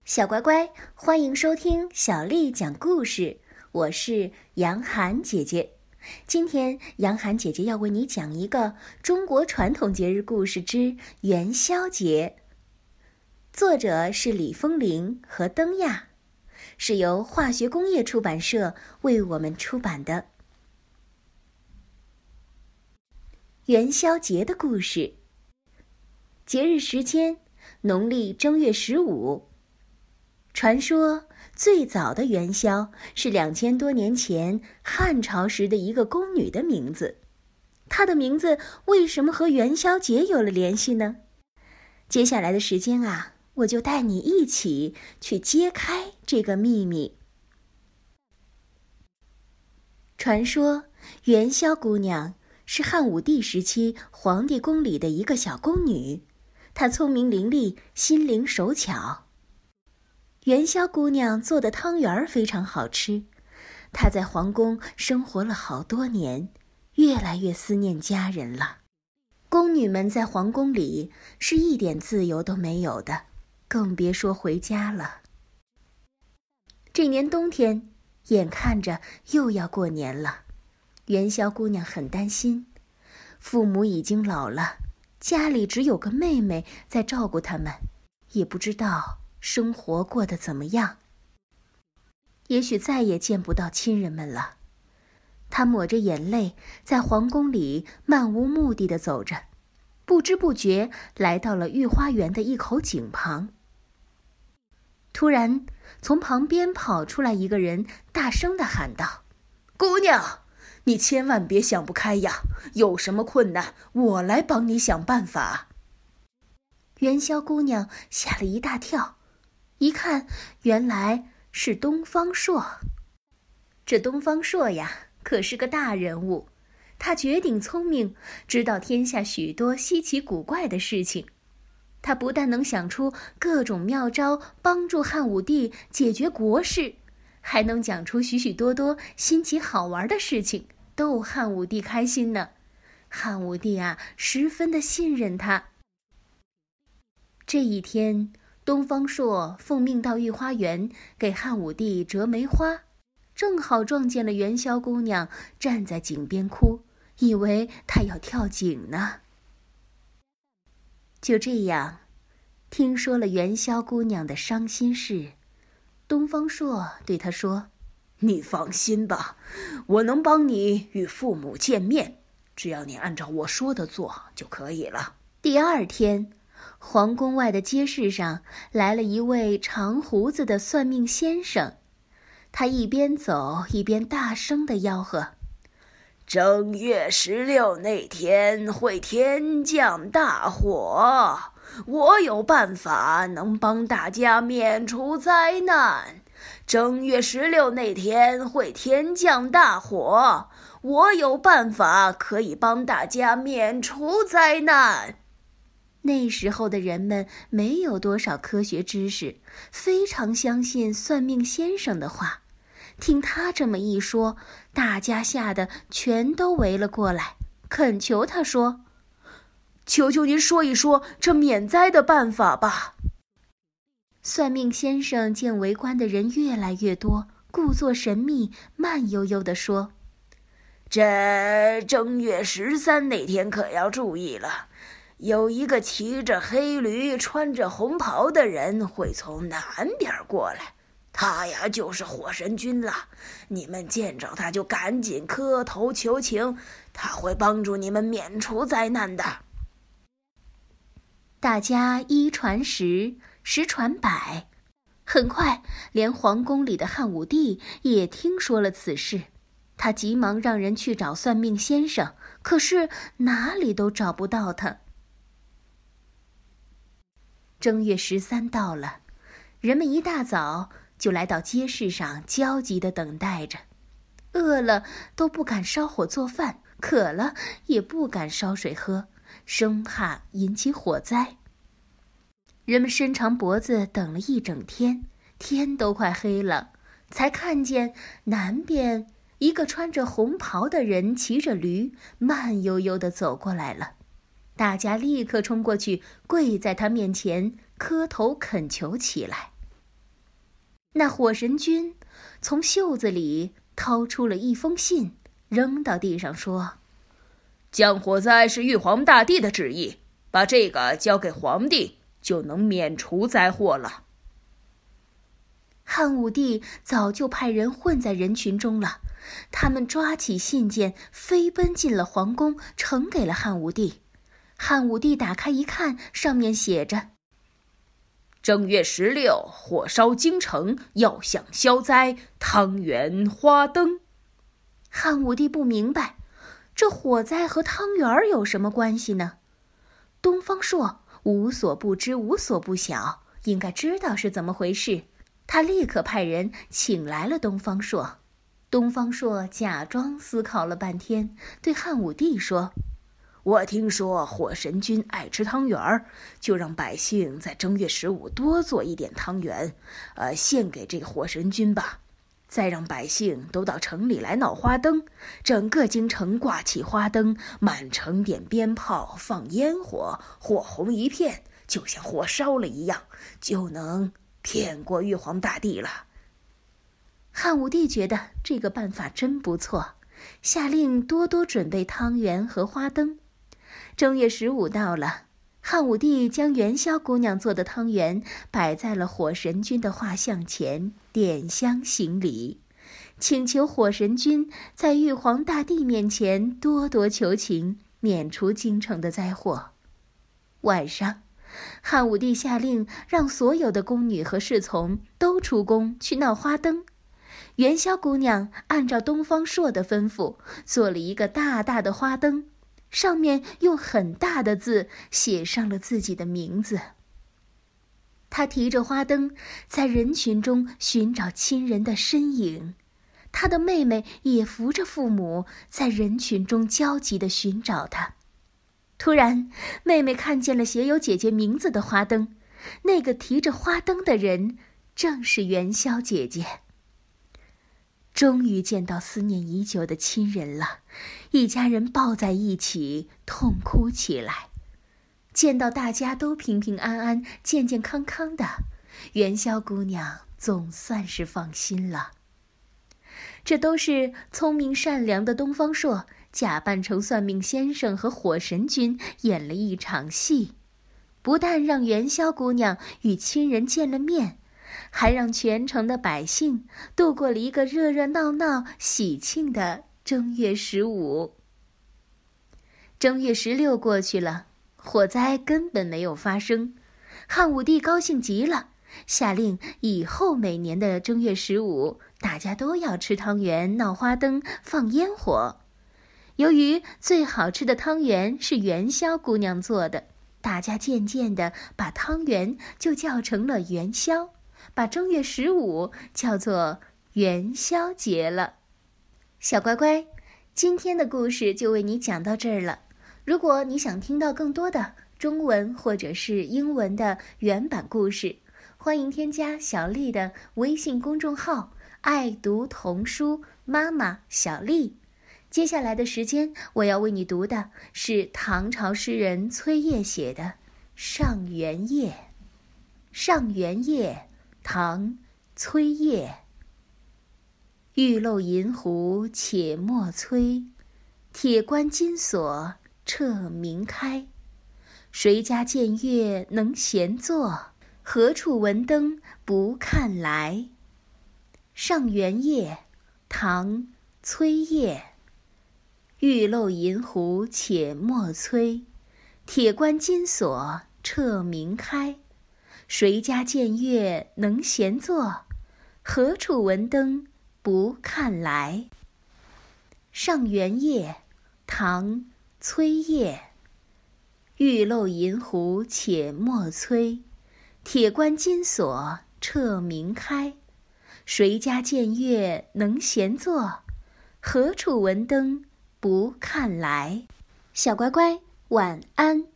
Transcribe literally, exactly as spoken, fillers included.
小乖乖，欢迎收听小丽讲故事，我是杨涵姐姐。今天杨涵姐姐要为你讲一个中国传统节日故事之元宵节，作者是李风铃和登亚，是由化学工业出版社为我们出版的。元宵节的故事，节日时间农历正月十五。传说最早的元宵是两千多年前汉朝时的一个宫女的名字，她的名字为什么和元宵节有了联系呢？接下来的时间啊，我就带你一起去揭开这个秘密。传说元宵姑娘是汉武帝时期皇帝宫里的一个小宫女，她聪明伶俐，心灵手巧。元宵姑娘做的汤圆非常好吃，她在皇宫生活了好多年，越来越思念家人了。宫女们在皇宫里是一点自由都没有的，更别说回家了。这年冬天，眼看着又要过年了，元宵姑娘很担心，父母已经老了，家里只有个妹妹在照顾他们，也不知道生活过得怎么样，也许再也见不到亲人们了。她抹着眼泪，在皇宫里漫无目的地走着，不知不觉来到了御花园的一口井旁。突然，从旁边跑出来一个人，大声地喊道：“姑娘，你千万别想不开呀！有什么困难，我来帮你想办法。”元宵姑娘吓了一大跳，一看，原来是东方朔。这东方朔呀，可是个大人物，他绝顶聪明，知道天下许多稀奇古怪的事情。他不但能想出各种妙招帮助汉武帝解决国事，还能讲出许许多多新奇好玩的事情，逗汉武帝开心呢。汉武帝啊，十分的信任他。这一天，东方朔奉命到御花园给汉武帝折梅花，正好撞见了元宵姑娘站在井边哭，以为她要跳井呢。就这样，听说了元宵姑娘的伤心事，东方朔对她说：“你放心吧，我能帮你与父母见面，只要你按照我说的做就可以了。”第二天，皇宫外的街市上来了一位长胡子的算命先生，他一边走一边大声地吆喝：“正月十六那天会天降大火，我有办法能帮大家免除灾难。正月十六那天会天降大火，我有办法可以帮大家免除灾难。”那时候的人们没有多少科学知识，非常相信算命先生的话。听他这么一说，大家吓得全都围了过来，恳求他说：“求求您说一说这免灾的办法吧。”算命先生见围观的人越来越多，故作神秘，慢悠悠地说：“这正月十三那天可要注意了，有一个骑着黑驴穿着红袍的人会从南边过来，他呀就是火神君了，你们见着他就赶紧磕头求情，他会帮助你们免除灾难的。”大家一传十，十传百，很快连皇宫里的汉武帝也听说了此事，他急忙让人去找算命先生，可是哪里都找不到他。正月十三到了，人们一大早就来到街市上焦急地等待着，饿了都不敢烧火做饭，渴了也不敢烧水喝，生怕引起火灾。人们伸长脖子等了一整天，天都快黑了，才看见南边一个穿着红袍的人骑着驴慢悠悠地走过来了。大家立刻冲过去，跪在他面前磕头恳求起来。 那火神君从袖子里掏出了一封信，扔到地上说： 降火灾是玉皇大帝的旨意，把这个交给皇帝，就能免除灾祸了。 汉武帝早就派人混在人群中了，他们抓起信件，飞奔进了皇宫，呈给了汉武帝。汉武帝打开一看，上面写着： 正月十六，火烧京城，要想消灾，汤圆花灯。 汉武帝不明白，这火灾和汤圆有什么关系呢？东方朔无所不知，无所不晓，应该知道是怎么回事。他立刻派人请来了东方朔。东方朔假装思考了半天，对汉武帝说： 我听说火神君爱吃汤圆，就让百姓在正月十五多做一点汤圆，呃，献给这个火神君吧。再让百姓都到城里来闹花灯，整个京城挂起花灯，满城点鞭炮，放烟火，火红一片，就像火烧了一样，就能骗过玉皇大帝了。 汉武帝觉得这个办法真不错，下令多多准备汤圆和花灯。正月十五到了，汉武帝将元宵姑娘做的汤圆摆在了火神君的画像前，点香行礼，请求火神君在玉皇大帝面前多多求情，免除京城的灾祸。晚上，汉武帝下令让所有的宫女和侍从都出宫去闹花灯。元宵姑娘按照东方朔的吩咐，做了一个大大的花灯，上面用很大的字写上了自己的名字。她提着花灯，在人群中寻找亲人的身影。她的妹妹也扶着父母，在人群中焦急地寻找她。突然，妹妹看见了写有姐姐名字的花灯，那个提着花灯的人正是元宵姐姐。终于见到思念已久的亲人了，一家人抱在一起痛哭起来。见到大家都平平安安、健健康康的，元宵姑娘总算是放心了。这都是聪明善良的东方朔假扮成算命先生和火神君演了一场戏，不但让元宵姑娘与亲人见了面，还让全城的百姓度过了一个热热闹闹、喜庆的正月十五。正月十六过去了，火灾根本没有发生。汉武帝高兴极了，下令以后每年的正月十五，大家都要吃汤圆、闹花灯、放烟火。由于最好吃的汤圆是元宵姑娘做的，大家渐渐地把汤圆就叫成了元宵，把正月十五叫做元宵节了。小乖乖，今天的故事就为你讲到这儿了。如果你想听到更多的中文或者是英文的原版故事，欢迎添加小丽的微信公众号爱读童书妈妈小丽。接下来的时间，我要为你读的是唐朝诗人崔烨写的《上元夜》。《上元夜》唐·崔烨。玉漏银壶且莫催，铁关金锁彻明开。谁家见月能闲坐，何处闻灯不看来。上元夜，唐·崔烨。玉漏银壶且莫催，铁关金锁彻明开。谁家见月能闲坐，何处闻灯不看来。上元夜，唐·崔烨。玉漏银壶且莫催，铁关金锁彻明开。谁家见月能闲坐，何处闻灯不看来。小乖乖，晚安。